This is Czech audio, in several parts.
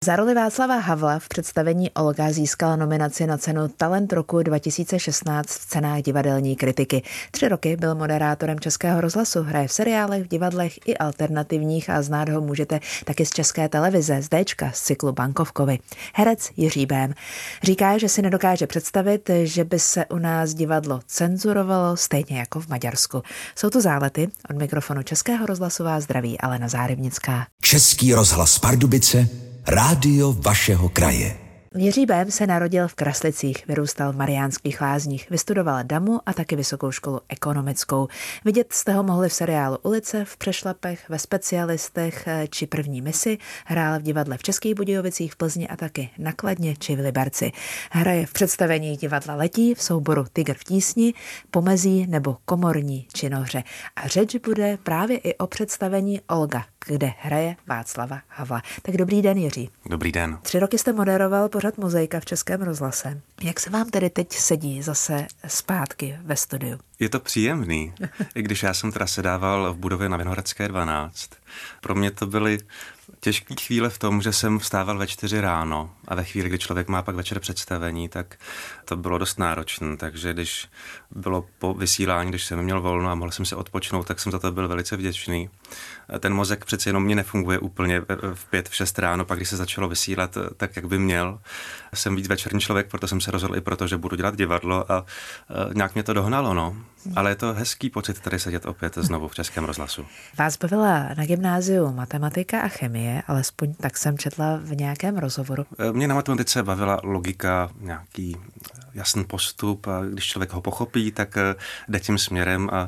Za roli Václava Havla v představení Olga získala nominaci na cenu Talent roku 2016 v cenách divadelní kritiky. 3 roky byl moderátorem Českého rozhlasu, hraje v seriálech, v divadlech i alternativních a znát ho můžete taky z České televize, z Déčka, z cyklu Bankovkovy. Herec Jiří Bém říká, že si nedokáže představit, že by se u nás divadlo cenzurovalo stejně jako v Maďarsku. Jsou to Zálety, od mikrofonu Českého rozhlasu vás zdraví Alena Zářebnická. Český rozhlas Pardubice, rádio vašeho kraje. Jiří Bém se narodil v Kraslicích, vyrůstal v Mariánských Lázních, vystudoval DAMU a taky Vysokou školu ekonomickou. Vidět jste ho mohli v seriálu Ulice, v Přešlapech, ve Specialistech či První misi, hrál v divadle v Českých Budějovicích, v Plzni a taky na Kladně či v Liberci. Hraje v představení divadla Letí, v souboru Tygr v tísni, Pomezí nebo Komorní činohře. A řeč bude právě i o představení Olga, kde hraje Václava Havla. Tak dobrý den, Jiří. Dobrý den. 3 roky jste moderoval pořad Mozaika v Českém rozhlase. Jak se vám tedy teď sedí zase zpátky ve studiu? Je to příjemný, i když já jsem teda sedával v budově na Vinohradské 12. Pro mě to byly těžké chvíle v tom, že jsem vstával ve 4 ráno a ve chvíli, kdy člověk má pak večer představení, tak to bylo dost náročné. Takže když bylo po vysílání, když jsem měl volno a mohl jsem se odpočnout, tak jsem za to byl velice vděčný. Ten mozek přeci jenom mě nefunguje úplně v 5, v 6 ráno, pak když se začalo vysílat tak, jak by měl. Jsem víc večerní člověk, proto jsem se rozhodl i proto, že budu dělat divadlo a nějak mě to dohnalo, no. Ale je to hezký pocit tady sedět opět znovu v Českém rozhlasu. Vás bavila na gymnáziu matematika a chemie, alespoň tak jsem četla v nějakém rozhovoru. Mě na matematice bavila logika, nějaký jasný postup a když člověk ho pochopí, tak jde tím směrem a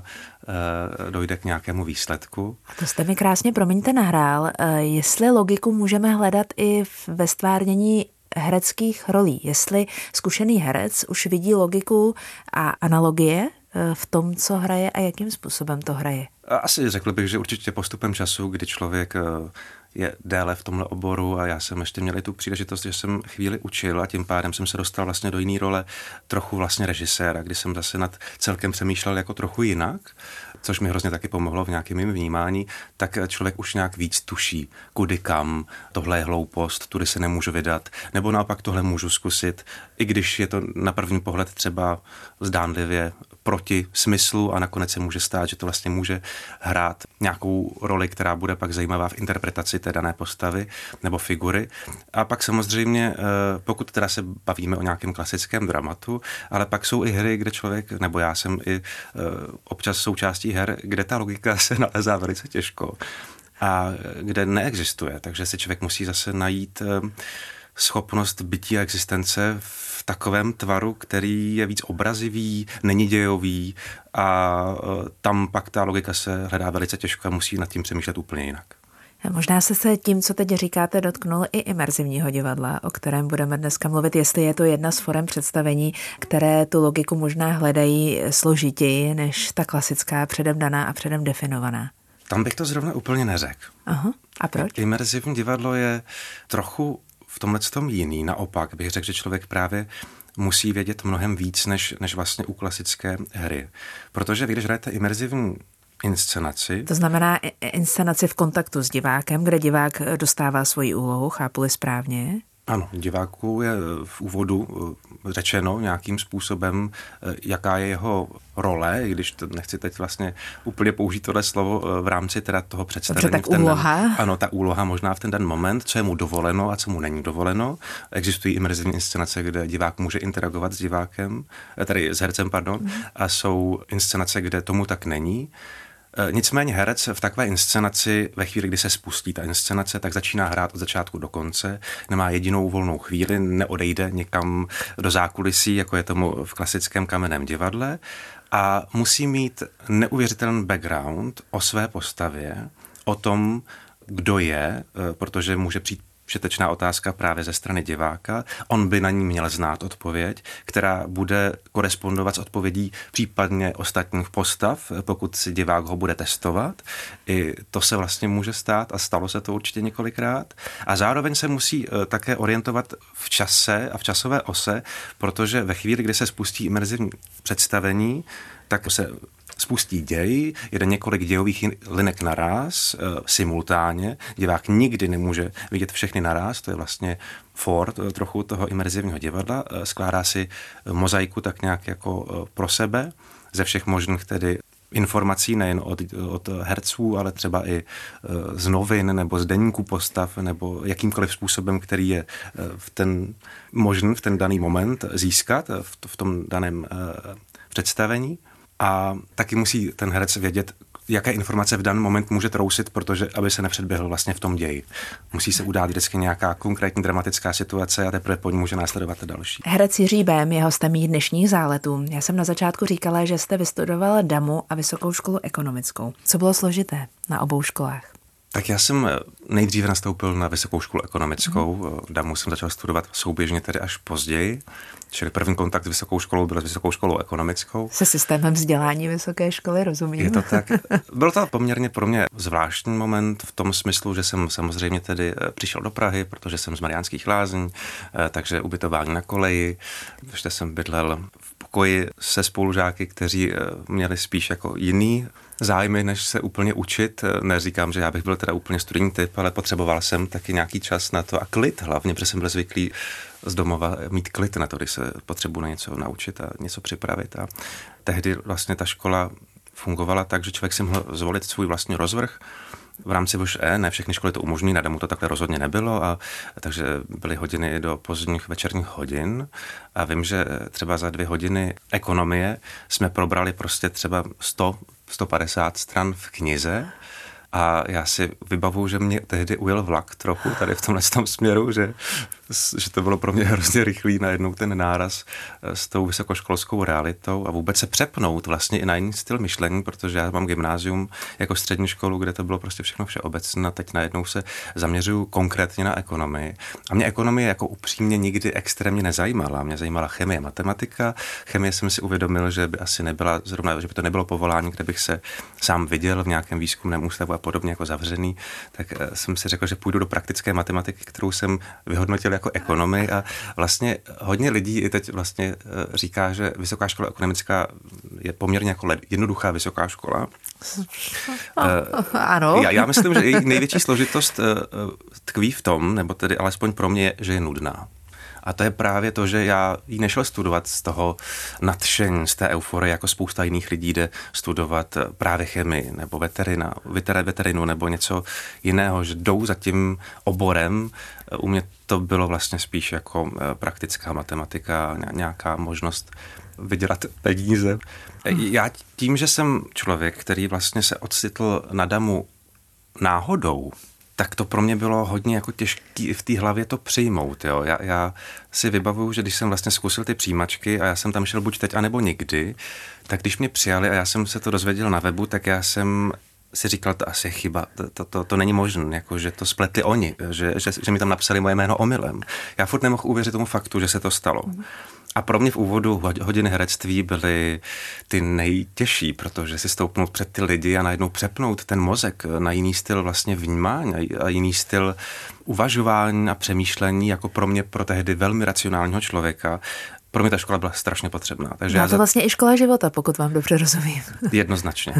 dojde k nějakému výsledku. A to jste mi krásně, promiňte, nahrál. Jestli logiku můžeme hledat i ve stvárnění hereckých rolí. Jestli zkušený herec už vidí logiku a analogie v tom, co hraje a jakým způsobem to hraje. Asi řekl bych, že určitě postupem času, kdy člověk je déle v tomhle oboru a já jsem ještě měl i tu příležitost, že jsem chvíli učil a tím pádem jsem se dostal vlastně do jiné role trochu vlastně režiséra, kdy jsem zase nad celkem přemýšlel jako trochu jinak, což mi hrozně taky pomohlo v nějakém mým vnímání, tak člověk už nějak víc tuší, kudy kam, tohle je hloupost, tudy se nemůžu vydat, nebo naopak tohle můžu zkusit, i když je to na první pohled třeba zdánlivě proti smyslu a nakonec se může stát, že to vlastně může hrát nějakou roli, která bude pak zajímavá v interpretaci té dané postavy nebo figury. A pak samozřejmě, pokud teda se bavíme o nějakém klasickém dramatu, ale pak jsou i hry, kde člověk, nebo já jsem i občas součástí her, kde ta logika se nalezá velice těžko a kde neexistuje, takže si člověk musí zase najít schopnost bytí a existence v takovém tvaru, který je víc obrazivý, není dějový a tam pak ta logika se hledá velice těžko a musí nad tím přemýšlet úplně jinak. Možná se tím, co teď říkáte, dotknul i imerzivního divadla, o kterém budeme dneska mluvit, jestli je to jedna z forem představení, které tu logiku možná hledají složitěji než ta klasická předem daná a předem definovaná. Tam bych to zrovna úplně neřekl. Aha, a proč? Imerzivní divadlo je trochu v tomhletom jiný. Naopak bych řekl, že člověk právě musí vědět mnohem víc, než vlastně u klasické hry. Protože když hrajete imerzivní inscenaci. To znamená inscenaci v kontaktu s divákem, kde divák dostává svoji úlohu, chápu-li správně? Ano, diváku je v úvodu řečeno nějakým způsobem, jaká je jeho role, i když to nechci teď vlastně úplně použít tohle slovo v rámci teda toho představení. Dobře, tak úloha. Ano, ta úloha možná v ten den moment, co je mu dovoleno a co mu není dovoleno. Existují imerzivní inscenace, kde divák může interagovat s divákem, tedy s hercem, a jsou inscenace, kde tomu tak není. Nicméně herec v takové inscenaci, ve chvíli, kdy se spustí ta inscenace, tak začíná hrát od začátku do konce, nemá jedinou volnou chvíli, neodejde někam do zákulisí, jako je tomu v klasickém kamenném divadle a musí mít neuvěřitelný background o své postavě, o tom, kdo je, protože může přijít všetečná otázka právě ze strany diváka. On by na ní měl znát odpověď, která bude korespondovat s odpovědí případně ostatních postav, pokud si divák ho bude testovat. I to se vlastně může stát a stalo se to určitě několikrát. A zároveň se musí také orientovat v čase a v časové ose, protože ve chvíli, kdy se spustí imerzivní představení, tak se spustí děj, jede několik dějových linek naráz, simultánně. Divák nikdy nemůže vidět všechny naráz, to je vlastně fort trochu toho imerzivního divadla. Skládá si mozaiku tak nějak jako pro sebe, ze všech možných tedy informací, nejen od herců, ale třeba i z novin nebo z deníků postav nebo jakýmkoliv způsobem, který je možný v ten daný moment získat v tom daném představení. A taky musí ten herec vědět, jaké informace v daný moment může trousit, protože aby se nepředběhl vlastně v tom ději. Musí se udát vždycky nějaká konkrétní dramatická situace a teprve po ní může následovat další. Herec Jiří Bém je hostem mých dnešních záletů. Já jsem na začátku říkala, že jste vystudovala DAMU a Vysokou školu ekonomickou. Co bylo složité na obou školách? Tak já jsem nejdříve nastoupil na Vysokou školu ekonomickou. DAMU jsem začal studovat souběžně tedy až později. Čili první kontakt s vysokou školou byl s Vysokou školou ekonomickou. Se systémem vzdělání vysoké školy, rozumím. Je to tak. Byl to poměrně pro mě zvláštní moment v tom smyslu, že jsem samozřejmě tedy přišel do Prahy, protože jsem z Mariánských Lázní, takže ubytování na koleji. Ještě jsem bydlel v pokoji se spolužáky, kteří měli spíš jako jiný zájmy, než se úplně učit. Neříkám, že já bych byl teda úplně studijní typ, ale potřeboval jsem taky nějaký čas na to a klid hlavně, protože jsem byl zvyklý z domova mít klid na to, když se potřebuji na něco naučit a něco připravit. A tehdy vlastně ta škola fungovala tak, že člověk si mohl zvolit svůj vlastní rozvrh. V rámci VŠE, ne všechny školy to umožní, na DAMU to takhle rozhodně nebylo, takže byly hodiny do pozdních večerních hodin a vím, že třeba za 2 hodiny ekonomie jsme probrali prostě třeba 100-150 stran v knize. A já si vybavuju, že mě tehdy ujel vlak trochu tady v tomhle směru, že to bylo pro mě hrozně rychlý najednou ten náraz s tou vysokoškolskou realitou a vůbec se přepnout vlastně i na jiný styl myšlení, protože já mám gymnázium jako střední školu, kde to bylo prostě všechno všeobecné a teď najednou se zaměřuju konkrétně na ekonomii. A mě ekonomie jako upřímně nikdy extrémně nezajímala. Mě zajímala chemie, matematika. Chemie jsem si uvědomil, že by asi nebyla zrovna, že by to nebylo povolání, kde bych se sám viděl v nějakém výzkumném ústavu a podobně jako zavřený, tak jsem si řekl, že půjdu do praktické matematiky, kterou jsem vyhodnotil jako ekonomii a vlastně hodně lidí i teď vlastně říká, že Vysoká škola ekonomická je poměrně jako jednoduchá vysoká škola. Ano. Já myslím, že její největší složitost tkví v tom, nebo tedy alespoň pro mě, že je nudná. A to je právě to, že já ji nešel studovat z toho nadšení, z té euforie, jako spousta jiných lidí jde studovat právě chemii nebo veterinu nebo něco jiného, že jdou za tím oborem. U mě to bylo vlastně spíš jako praktická matematika, nějaká možnost vydělat peníze. Já tím, že jsem člověk, který vlastně se ocitl na DAMU náhodou, tak to pro mě bylo hodně jako těžký v té hlavě to přijmout. Jo. Já si vybavuju, že když jsem vlastně zkusil ty přijímačky a já jsem tam šel buď teď, anebo nikdy, tak když mě přijali a já jsem se to dozvěděl na webu, tak já jsem si říkal, to asi je chyba, to není možné, jako, že to spletli oni, že mi tam napsali moje jméno omylem. Já furt nemohl uvěřit tomu faktu, že se to stalo. A pro mě v úvodu hodiny herectví byly ty nejtěžší, protože si stoupnout před ty lidi a najednou přepnout ten mozek na jiný styl vlastně vnímání a jiný styl uvažování a přemýšlení, jako pro mě, pro tehdy velmi racionálního člověka. Pro mě ta škola byla strašně potřebná. Takže to vlastně i škola života, pokud vám dobře rozumím. Jednoznačně.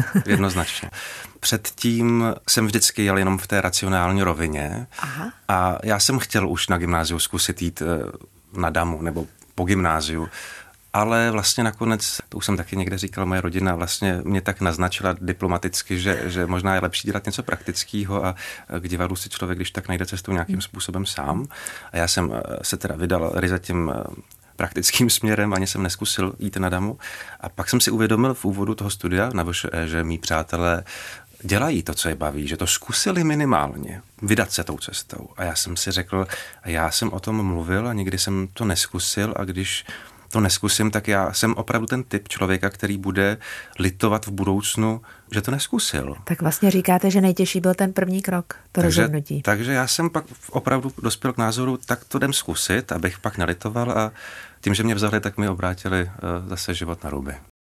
Předtím jsem vždycky jel jenom v té racionální rovině. Aha. A já jsem chtěl už na gymnáziu zkusit jít na DAMU nebo po gymnáziu, ale vlastně nakonec, to už jsem taky někde říkal, moje rodina vlastně mě tak naznačila diplomaticky, že možná je lepší dělat něco praktického a k divadlu si člověk, když tak najde cestu nějakým způsobem sám. A já jsem se teda vydal ryze tím praktickým směrem, ani jsem neskusil jít na DAMU. A pak jsem si uvědomil v úvodu toho studia, že mý přátelé dělají to, co je baví, že to zkusili minimálně vydat se tou cestou. A já jsem si řekl, a já jsem o tom mluvil a nikdy jsem to neskusil a když to neskusím, tak já jsem opravdu ten typ člověka, který bude litovat v budoucnu, že to neskusil. Tak vlastně říkáte, že nejtěžší byl ten první krok, to rozhodnutí. Takže já jsem pak opravdu dospěl k názoru, tak to jdem zkusit, abych pak nelitoval a tím, že mě vzali, tak mi obrátili zase život na ruby.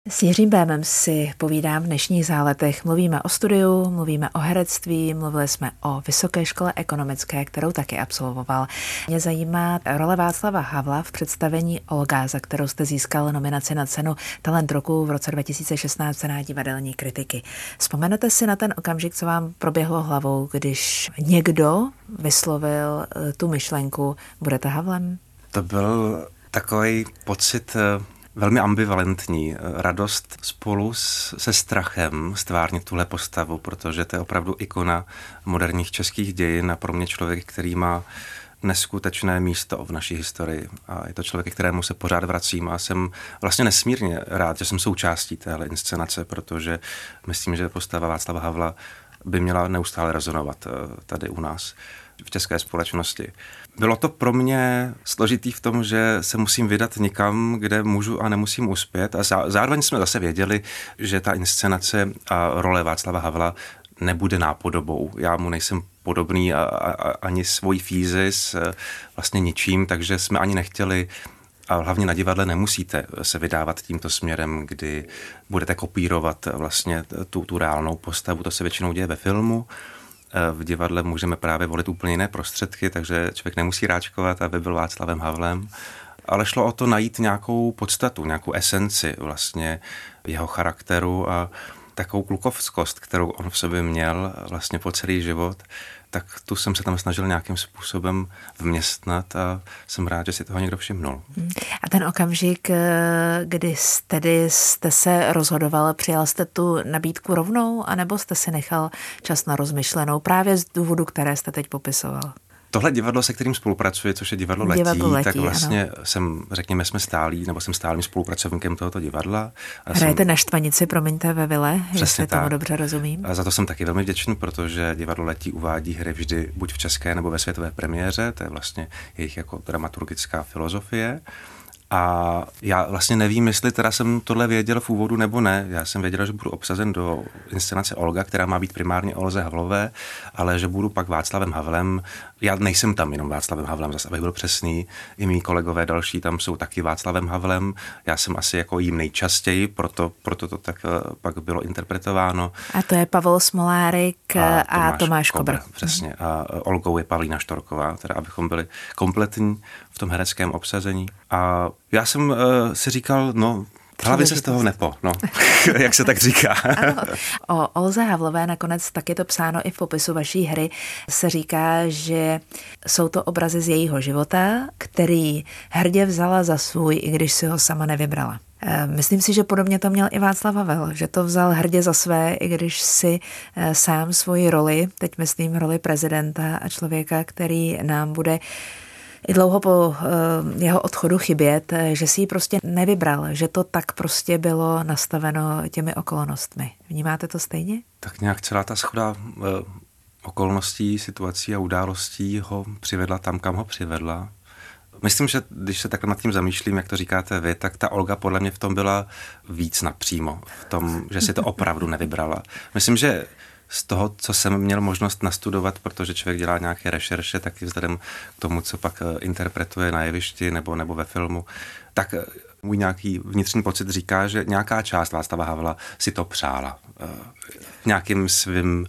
S Jiřím Bémem si povídám v dnešních záletech. Mluvíme o studiu, mluvíme o herectví, mluvili jsme o Vysoké škole ekonomické, kterou taky absolvoval. Mě zajímá role Václava Havla v představení Olga, za kterou jste získal nominaci na cenu Talent roku v roce 2016 Senát divadelní kritiky. Vzpomenete si na ten okamžik, co vám proběhlo hlavou, když někdo vyslovil tu myšlenku, budete Havlem? To byl takový pocit velmi ambivalentní. Radost spolu se strachem stvárnit tuhle postavu, protože to je opravdu ikona moderních českých dějin a pro mě člověk, který má neskutečné místo v naší historii. A je to člověk, kterému se pořád vracím a jsem vlastně nesmírně rád, že jsem součástí téhle inscenace, protože myslím, že postava Václava Havla by měla neustále rezonovat tady u nás v české společnosti. Bylo to pro mě složitý v tom, že se musím vydat někam, kde můžu a nemusím uspět a zároveň jsme zase věděli, že ta inscenace a role Václava Havla nebude nápodobou. Já mu nejsem podobný ani svojí fízi s vlastně ničím, takže jsme ani nechtěli, a hlavně na divadle nemusíte se vydávat tímto směrem, kdy budete kopírovat vlastně tu reálnou postavu. To se většinou děje ve filmu. V divadle můžeme právě volit úplně jiné prostředky, takže člověk nemusí ráčkovat, aby byl Václavem Havlem. Ale šlo o to najít nějakou podstatu, nějakou esenci vlastně jeho charakteru a takovou klukovskost, kterou on v sobě měl vlastně po celý život, tak tu jsem se tam snažil nějakým způsobem vměstnat a jsem rád, že si toho někdo všimnul. A ten okamžik, kdy jste se rozhodoval, přijal jste tu nabídku rovnou, anebo jste si nechal čas na rozmyšlenou právě z důvodu, které jste teď popisoval? Tohle divadlo, se kterým spolupracuji, což je divadlo Letí, tak vlastně jsme jsem stálým spolupracovníkem tohoto divadla. Hrajete na Štvanici, promiňte, ve Vile, jestli tomu dobře rozumím. A za to jsem taky velmi vděčný, protože divadlo Letí uvádí hry vždy buď v české nebo ve světové premiéře, to je vlastně jejich jako dramaturgická filozofie. A já vlastně nevím, jestli teda jsem tohle věděl v úvodu nebo ne. Já jsem věděl, že budu obsazen do inscenace Olga, která má být primárně Olze Havlové, ale že budu pak Václavem Havlem. Já nejsem tam jenom Václavem Havlem, zase abych byl přesný. I mý kolegové další tam jsou taky Václavem Havlem. Já jsem asi jako jím nejčastěji, proto to tak pak bylo interpretováno. A to je Pavel Smolárik a Tomáš Kobr. Přesně. A Olgou je Pavlína Štorková, teda abychom byli kompletní v tom hereckém obsazení. A já jsem si říkal, hlavě se z toho nepo, jak se tak říká. Ano. O Olze Havlové nakonec, tak je to psáno i v popisu vaší hry, se říká, že jsou to obrazy z jejího života, který hrdě vzala za svůj, i když si ho sama nevybrala. Myslím si, že podobně to měl i Václav Havel, že to vzal hrdě za své, i když si sám svoji roli, teď myslím roli prezidenta a člověka, který nám bude i dlouho po jeho odchodu chybět, že si ji prostě nevybral, že to tak prostě bylo nastaveno těmi okolnostmi. Vnímáte to stejně? Tak nějak celá ta shoda okolností, situací a událostí ho přivedla tam, kam ho přivedla. Myslím, že když se takhle nad tím zamýšlím, jak to říkáte vy, tak ta Olga podle mě v tom byla víc napřímo, v tom, že si to opravdu nevybrala. Myslím, že z toho, co jsem měl možnost nastudovat, protože člověk dělá nějaké rešerše, tak i vzhledem k tomu, co pak interpretuje na jevišti nebo ve filmu, tak můj nějaký vnitřní pocit říká, že nějaká část Václava Havla si to přála. Nějakým svým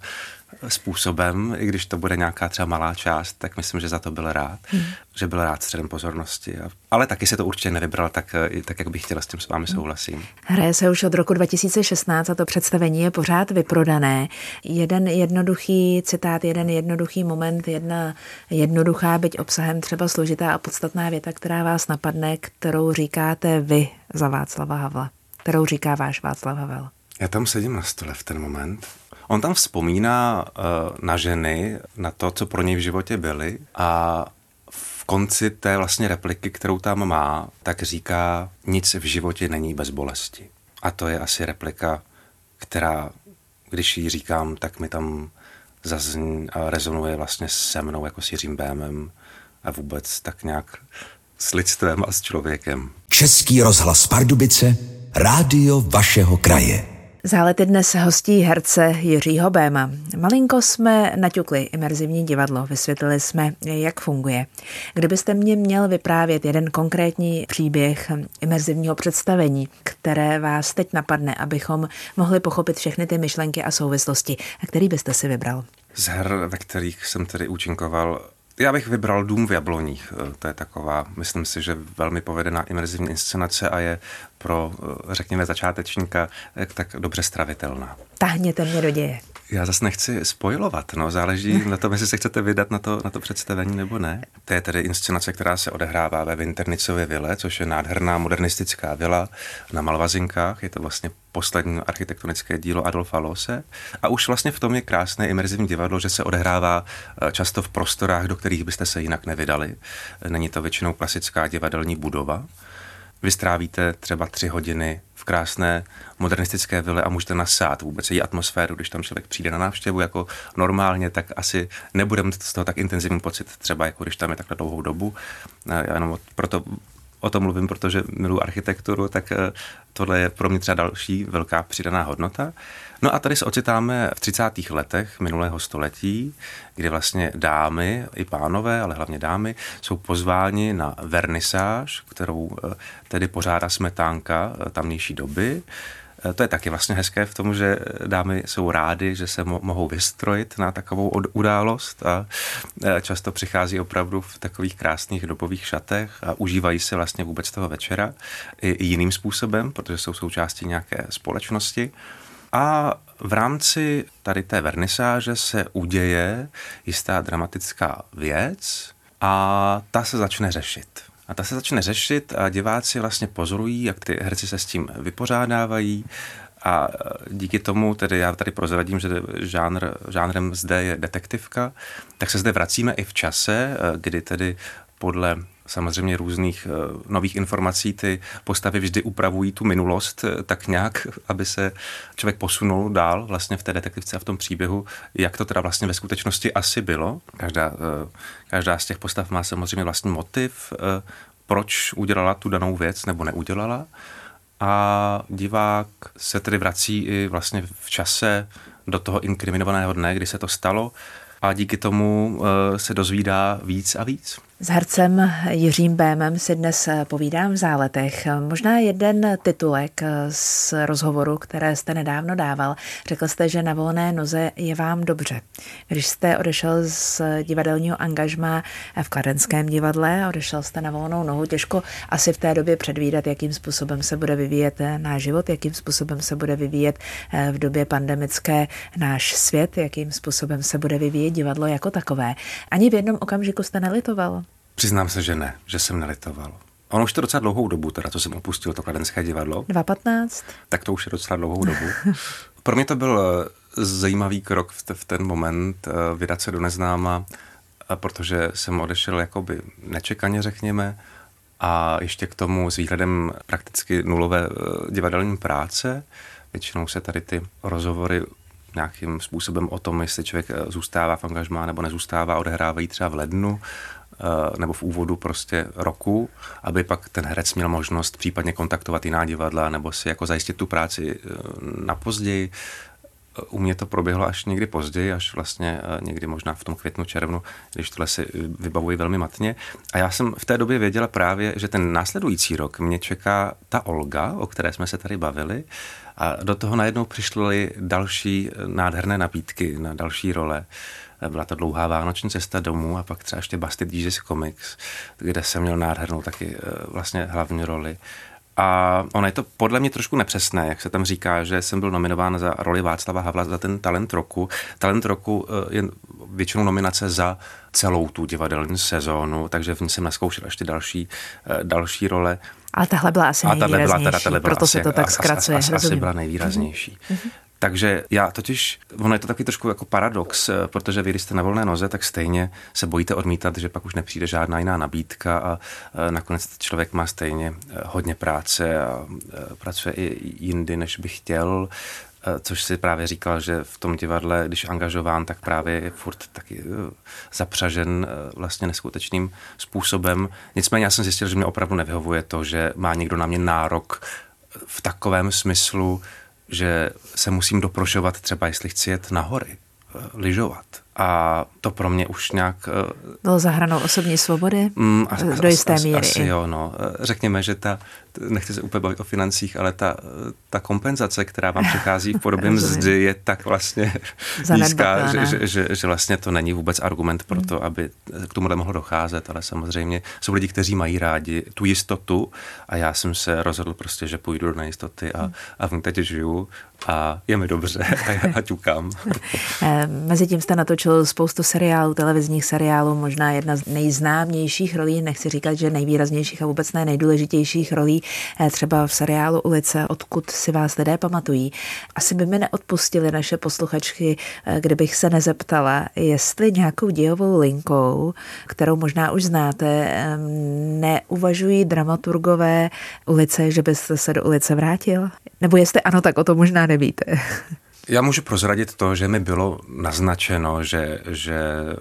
způsobem, i když to bude nějaká třeba malá část, tak myslím, že za to byl rád, že byl rád středem pozornosti. Ale taky se to určitě nevybral tak, jak bych chtěla, s tím s vámi souhlasím. Hraje se už od roku 2016 a to představení je pořád vyprodané. Jeden jednoduchý citát, jeden jednoduchý moment, jedna jednoduchá, byť obsahem třeba složitá a podstatná věta, která vás napadne, kterou říkáte vy za Václava Havla, kterou říká váš Václav Havel. Já tam sedím na stole v ten moment. On tam vzpomíná na ženy, na to, co pro něj v životě byly a v konci té vlastně repliky, kterou tam má, tak říká, nic v životě není bez bolesti. A to je asi replika, která, když ji říkám, tak mi tam zazní a rezonuje vlastně se mnou jako s Jiřím Bémem a vůbec tak nějak s lidstvem a s člověkem. Český rozhlas Pardubice, rádio vašeho kraje. Zálety dnes hostí herce Jiřího Béma. Malinko jsme naťukli imerzivní divadlo, vysvětlili jsme, jak funguje. Kdybyste mě měl vyprávět jeden konkrétní příběh imerzivního představení, které vás teď napadne, abychom mohli pochopit všechny ty myšlenky a souvislosti, a který byste si vybral? Z her, ve kterých jsem tedy účinkoval, já bych vybral Dům v Jabloních. To je taková, myslím si, že velmi povedená imerzivní inscenace a je pro, řekněme, začátečníka tak dobře stravitelná. Tahněte mě do děje. Já zase nechci spojovat, záleží na tom, jestli se chcete vydat na to představení nebo ne. To je tedy inscenace, která se odehrává ve Vinternicově vile, což je nádherná modernistická vila na Malvazinkách. Je to vlastně poslední architektonické dílo Adolfa Loose. A už vlastně v tom je krásné imerzivní divadlo, že se odehrává často v prostorách, do kterých byste se jinak nevydali. Není to většinou klasická divadelní budova. Vy strávíte třeba 3 hodiny v krásné modernistické vile a můžete nasát vůbec její atmosféru, když tam člověk přijde na návštěvu jako normálně, tak asi nebude mít z toho tak intenzivní pocit, třeba jako když tam je takhle dlouhou dobu. Já jenom proto o tom mluvím, protože miluji architekturu, tak tohle je pro mě třeba další velká přidaná hodnota. No a tady se ocitáme v 30. letech minulého století, kdy vlastně dámy i pánové, ale hlavně dámy, jsou pozváni na vernisáž, kterou tedy pořádá Smetánka tamnější doby. To je taky vlastně hezké v tom, že dámy jsou rády, že se mohou vystrojit na takovou událost a často přichází opravdu v takových krásných dobových šatech a užívají si vlastně vůbec toho večera i jiným způsobem, protože jsou součástí nějaké společnosti. A v rámci tady té vernisáže se uděje jistá dramatická věc a ta se začne řešit. A diváci vlastně pozorují, jak ty herci se s tím vypořádávají a díky tomu, tedy já tady prozradím, že žánrem zde je detektivka, tak se zde vracíme i v čase, kdy tedy podle samozřejmě různých nových informací ty postavy vždy upravují tu minulost tak nějak, aby se člověk posunul dál vlastně v té detektivce a v tom příběhu, jak to teda vlastně ve skutečnosti asi bylo. Každá z těch postav má samozřejmě vlastní motiv, proč udělala tu danou věc nebo neudělala. A divák se tedy vrací i vlastně v čase do toho inkriminovaného dne, kdy se to stalo a díky tomu se dozvídá víc a víc. S hercem Jiřím Bémem si dnes povídám v Záletech. Možná jeden titulek z rozhovoru, které jste nedávno dával. Řekl jste, že na volné noze je vám dobře. Když jste odešel z divadelního angažmá v Kladenském divadle, odešel jste na volnou nohu, těžko asi v té době předvídat, jakým způsobem se bude vyvíjet náš život, jakým způsobem se bude vyvíjet v době pandemické náš svět, jakým způsobem se bude vyvíjet divadlo jako takové. Ani v jednom okamžiku jste nelitoval? Přiznám se, že ne, že jsem nelitoval. Ono už to docela dlouhou dobu, teda co jsem opustil to Kladenské divadlo. 2015? Tak to už je docela dlouhou dobu. Pro mě to byl zajímavý krok v ten moment vydat se do neznáma, protože jsem odešel jakoby nečekaně, řekněme, a ještě k tomu s výhledem prakticky nulové divadelní práce. Většinou se tady ty rozhovory nějakým způsobem o tom, jestli člověk zůstává v angažmá nebo nezůstává, odehrávají třeba v lednu nebo v úvodu prostě roku, aby pak ten herec měl možnost případně kontaktovat jiná divadla nebo si jako zajistit tu práci na později. U mě to proběhlo až někdy později, až vlastně někdy možná v tom květnu, červnu, když tohle si vybavuji velmi matně. A já jsem v té době věděla právě, že ten následující rok mě čeká ta Olga, o které jsme se tady bavili, a do toho najednou přišly další nádherné nabídky na další role. Byla to Dlouhá vánoční cesta domů a pak třeba ještě Bastard Jesus Comics, kde jsem měl nádhernou taky vlastně hlavní roli. A ono je to podle mě trošku nepřesné, jak se tam říká, že jsem byl nominován za roli Václava Havla za ten talent roku. Talent roku je většinou nominace za celou tu divadelní sezónu, takže v ní jsem naskoušel ještě další role. Ale tahle byla asi nejvýraznější, proto se to tak zkracuje. Asi byla nejvýraznější. Mm-hmm. Takže já totiž, ono je to takový trošku jako paradox, protože vy, když jste na volné noze, tak stejně se bojíte odmítat, že pak už nepřijde žádná jiná nabídka a nakonec člověk má stejně hodně práce a pracuje i jindy, než by chtěl, což si právě říkal, že v tom divadle, když je angažován, tak právě je furt taky zapřažen vlastně neskutečným způsobem. Nicméně já jsem zjistil, že mě opravdu nevyhovuje to, že má někdo na mě nárok v takovém smyslu, že se musím doprošovat třeba, jestli chci jet na hory, lyžovat. A to pro mě už nějak... Bylo za hranou osobní svobody? Do jisté míry. Asi jo, no. Řekněme, že nechci se úplně bavit o financích, ale ta kompenzace, která vám přichází v podobě mzdy, je tak vlastně nízká, že vlastně to není vůbec argument pro to, aby k tomuhle mohlo docházet, ale samozřejmě jsou lidi, kteří mají rádi tu jistotu a já jsem se rozhodl prostě, že půjdu do nejistoty a v ní teď žiju a je mi dobře a ťukám. Mezitím jste natočil spoustu seriálů, televizních seriálů, možná jedna z nejznámějších rolí, nechci říkat, že nejvýraznějších a vůbec ne nejdůležitějších rolí, třeba v seriálu Ulice, odkud si vás lidé pamatují. Asi by mi neodpustili naše posluchačky, kdybych se nezeptala, jestli nějakou dějovou linkou, kterou možná už znáte, neuvažují dramaturgové Ulice, že byste se do Ulice vrátil? Nebo jestli ano, tak o to možná nevíte. Já můžu prozradit to, že mi bylo naznačeno, že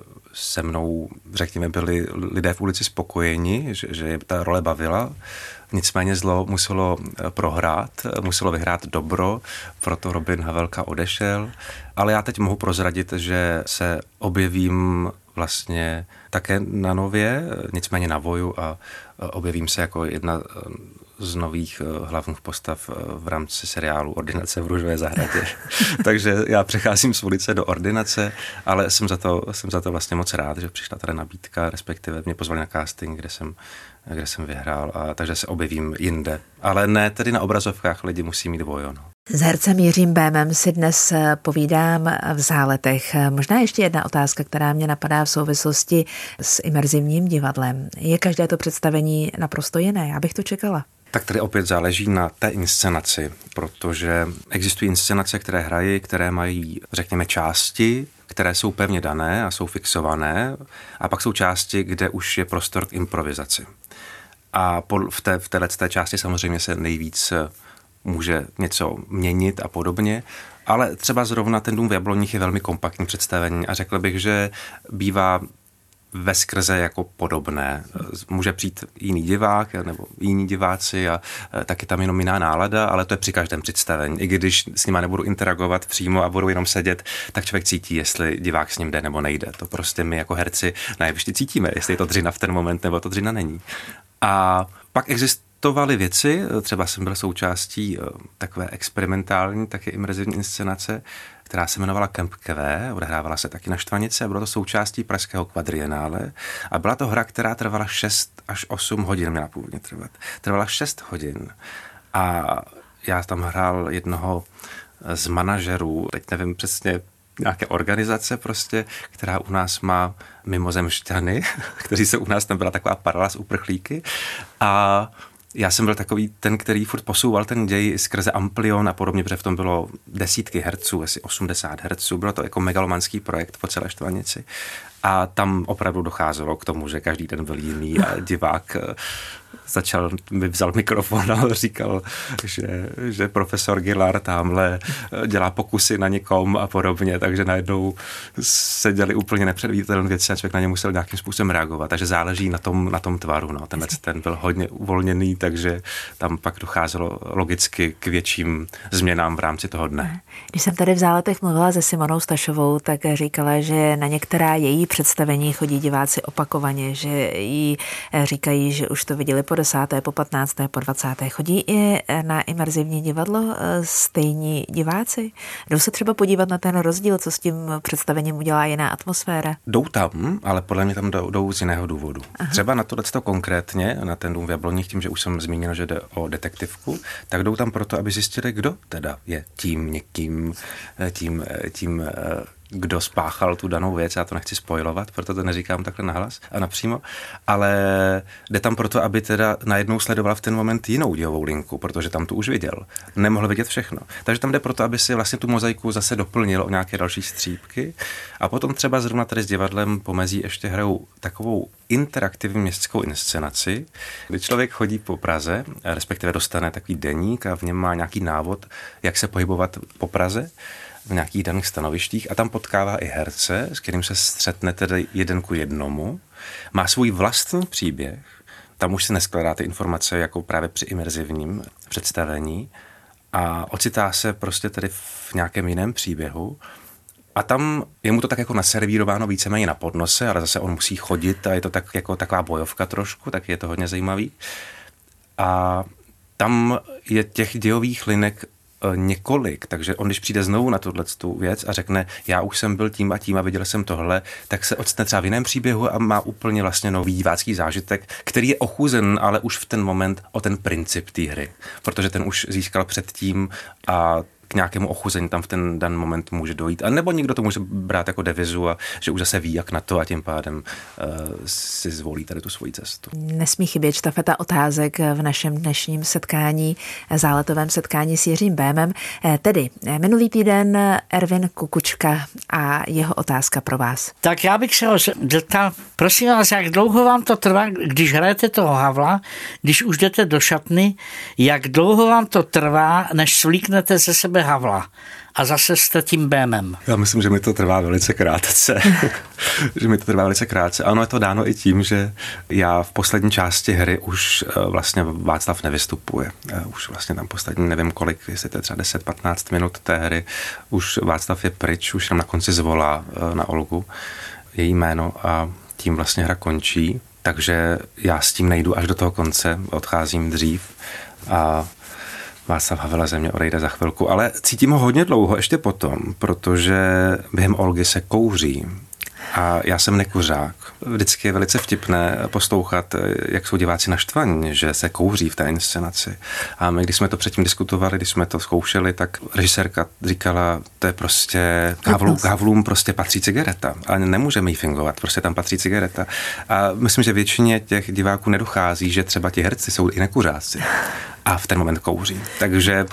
se mnou, řekněme, byli lidé v Ulici spokojeni, že je ta role bavila. Nicméně zlo muselo prohrát, muselo vyhrát dobro, proto Robin Havelka odešel. Ale já teď mohu prozradit, že se objevím vlastně také na Nově, nicméně na Voju a objevím se jako jedna z nových hlavních postav v rámci seriálu Ordinace v Růžové zahradě. Takže já přecházím z Ulice do Ordinace, ale jsem za to vlastně moc rád, že přišla tady nabídka, respektive mě pozvali na casting, kde jsem vyhrál, takže se objevím jinde. Ale ne tedy na obrazovkách, lidi musí mít Vojo. No. S hercem Jiřím Bémem si dnes povídám v Záletech. Možná ještě jedna otázka, která mě napadá v souvislosti s imerzivním divadlem. Je každé to představení naprosto jiné? Já bych to čekala. Tak tady opět záleží na té inscenaci, protože existují inscenace, které hrají, které mají, řekněme, části, které jsou pevně dané a jsou fixované, a pak jsou části, kde už je prostor k improvizaci. A v této části samozřejmě se nejvíc může něco měnit a podobně, ale třeba zrovna ten Dům v Jabloních je velmi kompaktní představení a řekl bych, že bývá veskrze jako podobné. Může přijít jiný divák nebo jiní diváci a taky tam jenom jiná nálada, ale to je při každém představení. I když s nima nebudu interagovat přímo a budu jenom sedět, tak člověk cítí, jestli divák s ním jde nebo nejde. To prostě my jako herci najvyšší cítíme, jestli je to dřina v ten moment nebo to dřina není. A pak existovaly věci, třeba jsem byl součástí takové experimentální, taky imerzivní inscenace, která se jmenovala Camp Q, odehrávala se taky na Štvanici a bylo to součástí pražského kvadrienále a byla to hra, která trvala 6 až 8 hodin, měla původně trvat. Trvala 6 hodin a já tam hrál jednoho z manažerů, teď nevím přesně, nějaké organizace prostě, která u nás má mimozemšťany, kteří se u nás, tam byla taková paralela s uprchlíky a já jsem byl takový ten, který furt posouval ten děj skrze amplion a podobně, protože v tom bylo desítky herců, asi 80 herců. Bylo to jako megalomanský projekt po celé Štvanici. A tam opravdu docházelo k tomu, že každý den byl jiný a divák mi vzal mikrofon a říkal, že profesor Gillard tamhle dělá pokusy na někom a podobně, takže najednou se děli úplně nepředvídatelné věci a člověk na ně musel nějakým způsobem reagovat. Takže záleží na tom tvaru. No. Ten byl hodně uvolněný, takže tam pak docházelo logicky k větším změnám v rámci toho dne. Když jsem tady v Záletech mluvila se Simonou Stašovou, tak říkala, že na některá její představení chodí diváci opakovaně, že jí říkají, že už to viděli po 10., po 15., po 20. Chodí i na imerzivní divadlo stejní diváci? Jdou se třeba podívat na ten rozdíl, co s tím představením udělá jiná atmosféra? Jdou tam, ale podle mě tam jdou z jiného důvodu. Aha. Třeba na tohleto konkrétně, na ten Dům v Jabloních, tím, že už jsem zmínil, že jde o detektivku, tak jdou tam proto, aby zjistili, kdo teda je tím někým, tím kdo spáchal tu danou věc, já to nechci spoilovat, proto to neříkám takhle nahlas a napřímo, ale jde tam proto, aby teda najednou sledoval v ten moment jinou dějovou linku, protože tam tu už viděl. Nemohl vidět všechno. Takže tam jde proto, aby si vlastně tu mozaiku zase doplnil o nějaké další střípky a potom třeba zrovna tady s divadlem pomezí ještě hrajou takovou interaktivní městskou inscenaci, kdy člověk chodí po Praze, respektive dostane takový deník a v něm má nějaký návod, jak se pohybovat po Praze v nějakých daných stanovištích a tam potkává i herce, s kterým se střetne tedy 1:1. Má svůj vlastní příběh, tam už se neskládá ty informace jako právě při imerzivním představení a ocitá se prostě tady v nějakém jiném příběhu. A tam je mu to tak jako naservírováno víceméně na podnose, ale zase on musí chodit a je to tak jako taková bojovka trošku, tak je to hodně zajímavý. A tam je těch dějových linek několik, takže on, když přijde znovu na tu věc a řekne, já už jsem byl tím a viděl jsem tohle, tak se ocitne třeba v jiném příběhu a má úplně vlastně nový divácký zážitek, který je ochuzen, ale už v ten moment o ten princip té hry, protože ten už získal předtím a k nějakému ochuzení tam v ten daný moment může dojít. A nebo někdo to může brát jako devizu a že už zase ví, jak na to a tím pádem si zvolí tady tu svoji cestu. Nesmí chybět štafeta otázek v našem dnešním setkání, záletovém setkání s Jiřím Bémem. Tedy minulý týden Ervin Kukučka a jeho otázka pro vás. Tak já bych se ho zeptal, prosím vás, jak dlouho vám to trvá, když hrajete toho Havla, když už jdete do šatny, jak dlouho vám to trvá, než svlíknete ze sebe Havla a zase jste tím Bémem? Já myslím, že mi to trvá velice krátce. Ano, je to dáno i tím, že já v poslední části hry už vlastně Václav nevystupuje. Už vlastně tam poslední, nevím kolik, jestli to je třeba 10-15 minut té hry, už Václav je pryč, už nám na konci zvolá na Olgu její jméno a tím vlastně hra končí. Takže já s tím nejdu až do toho konce, odcházím dřív a Václav Havel ze mě odejde za chvilku, ale cítím ho hodně dlouho ještě potom, protože během Olgy se kouří a já jsem nekuřák. Vždycky je velice vtipné poslouchat, jak jsou diváci naštvaní, že se kouří v té inscenaci. A my, když jsme to předtím diskutovali, když jsme to zkoušeli, tak režisérka říkala, to je prostě, Havlům prostě patří cigareta a nemůžeme jí fingovat, prostě tam patří cigareta. A myslím, že většině těch diváků nedochází, že třeba ti herci jsou i nekuřáci. A v ten moment kouří. Takže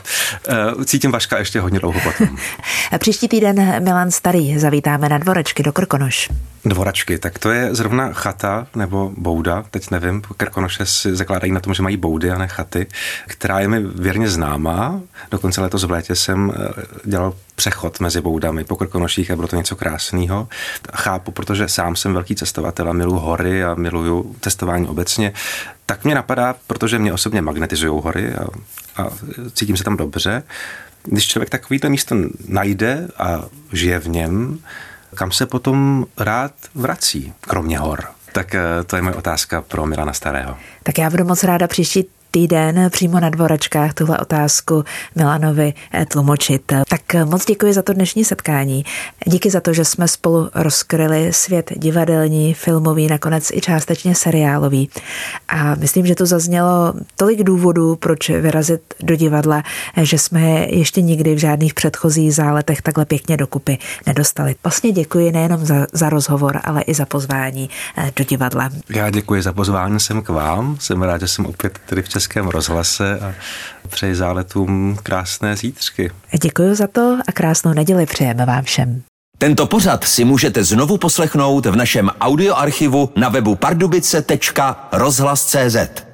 cítím Vaška ještě hodně dlouho potom. Příští týden Milan Starý zavítáme na Dvorečky do Krkonoš. Dvoračky, tak to je zrovna chata nebo bouda, teď nevím, Krkonoše si zakládají na tom, že mají boudy a ne chaty, která je mi věrně známá. Dokonce letos v létě jsem dělal přechod mezi boudami po Krkonoších a bylo to něco krásného. Chápu, protože sám jsem velký cestovatel a miluji hory a miluju cestování obecně. Tak mě napadá, protože mě osobně magnetizují hory a cítím se tam dobře. Když člověk takovýto místo najde a žije v něm, kam se potom rád vrací, kromě hor? Tak to je moje otázka pro Milana Starého. Tak já budu moc ráda příští týden přímo na Dvorečkách tuhle otázku Milanovi tlumočit. Tak moc děkuji za to dnešní setkání. Díky za to, že jsme spolu rozkryli svět divadelní, filmový, nakonec i částečně seriálový. A myslím, že tu zaznělo tolik důvodů, proč vyrazit do divadla, že jsme ještě nikdy v žádných předchozích záletech takhle pěkně dokupy nedostali. Vlastně děkuji nejenom za rozhovor, ale i za pozvání do divadla. Já děkuji za pozvání sem k vám. Jsem rád, že jsem opět tady v Českém rozhlase a přeji záletům krásné zítřky. Děkuji za to a krásnou neděli přejeme vám všem. Tento pořad si můžete znovu poslechnout v našem audioarchivu na webu pardubice.rozhlas.cz.